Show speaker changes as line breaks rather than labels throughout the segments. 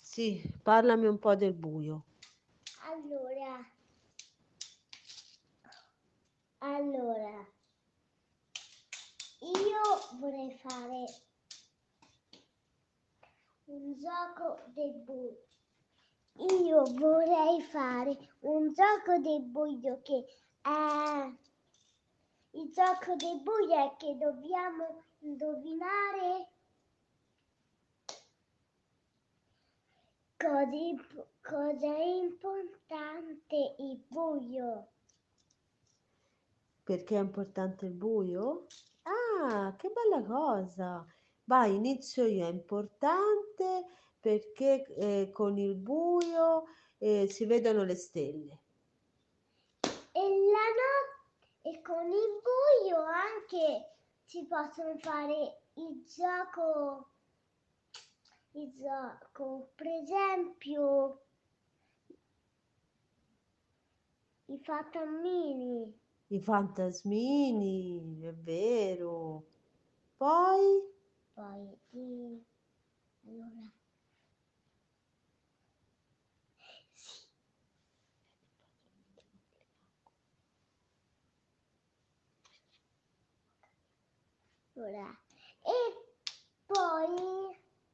Sì, parlami un po' del buio.
Allora, allora, io vorrei fare un gioco del buio. Io vorrei fare un gioco del buio che è... Il gioco del buio è che dobbiamo indovinare cosa è importante il buio.
Perché è importante il buio? Ah, che bella cosa! Vai, inizio io. È importante perché con il buio si vedono le stelle.
E la notte e con il buio anche si possono fare il gioco, per esempio i fantasmini.
I fantasmini, è vero. Poi,
Poi, allora, sì, allora, poi,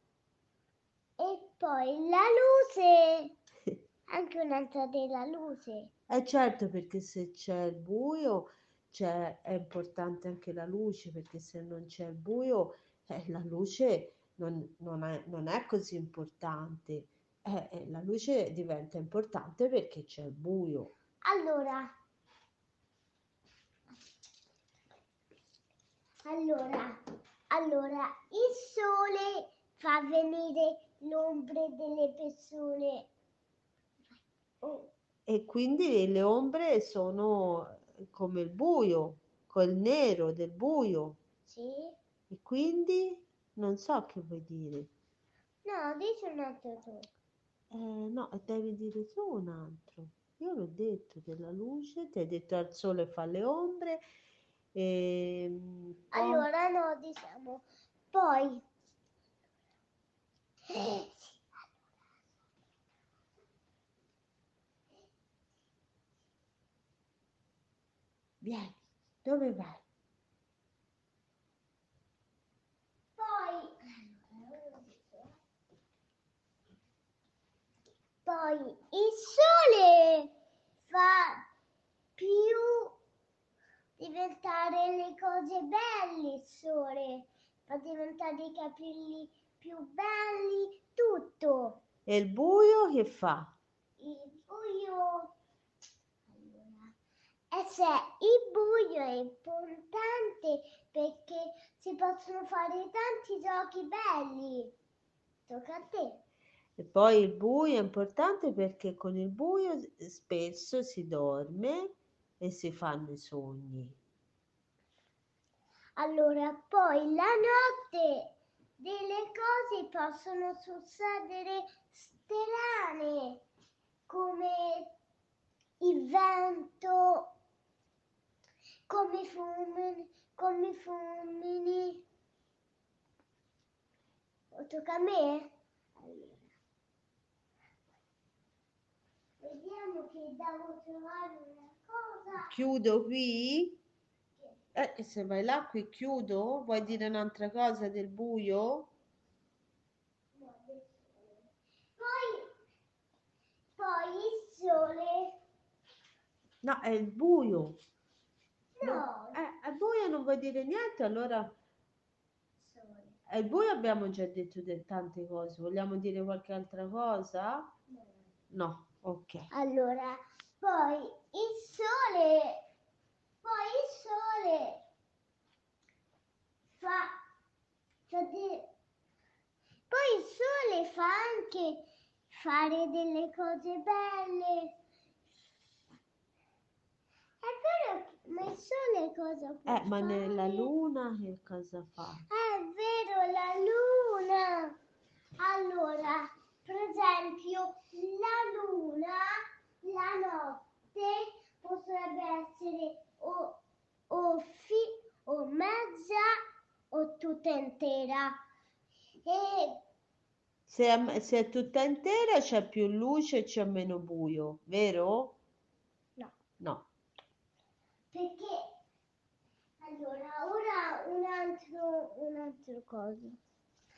e poi la luce, anche un'altra della luce.
è certo perché se c'è il buio è importante anche la luce, perché se non c'è il buio la luce non è così importante. La luce diventa importante perché c'è il buio.
Allora, allora, allora, il sole fa venire l'ombre delle persone. Oh,
E quindi le ombre sono come il buio, col nero del buio.
sì?
E quindi non so che vuoi dire.
No, dici un altro tu.
No, devi dire tu un altro. Io l'ho detto della luce, ti hai detto al sole fa le ombre, poi
Allora, no, diciamo, poi,
vieni, dove vai?
poi il sole fa più diventare le cose belle, il sole fa diventare i capelli più belli, tutto.
E il buio che fa?
Il buio, allora, e se il buio è importante perché si possono fare tanti giochi belli. Tocca a te.
E poi il buio è importante perché con il buio spesso si dorme e si fanno i sogni.
Allora, poi la notte delle cose possono succedere strane, come il vento, come i fulmini. Tocca a me? Allora, vediamo che devo trovare una cosa.
Chiudo qui? E se vai là qui chiudo? Vuoi dire un'altra cosa del buio?
Poi, poi il sole.
No, è il buio. No,
No,
al buio non vuoi dire niente, allora
sole.
al buio abbiamo già detto tante cose. Vogliamo dire qualche altra cosa?
No.
No, ok.
Allora, poi il sole fa, poi il sole fa anche fare delle cose belle. È vero, ma il sole cosa può
Ma nella
fare?
luna che cosa fa?
È vero, la luna. Allora, per esempio, la luna, la notte potrebbe essere o mezza o tutta intera. E
Se è tutta intera c'è più luce e c'è meno buio, vero?
No,
No.
perché allora ora un altro cosa.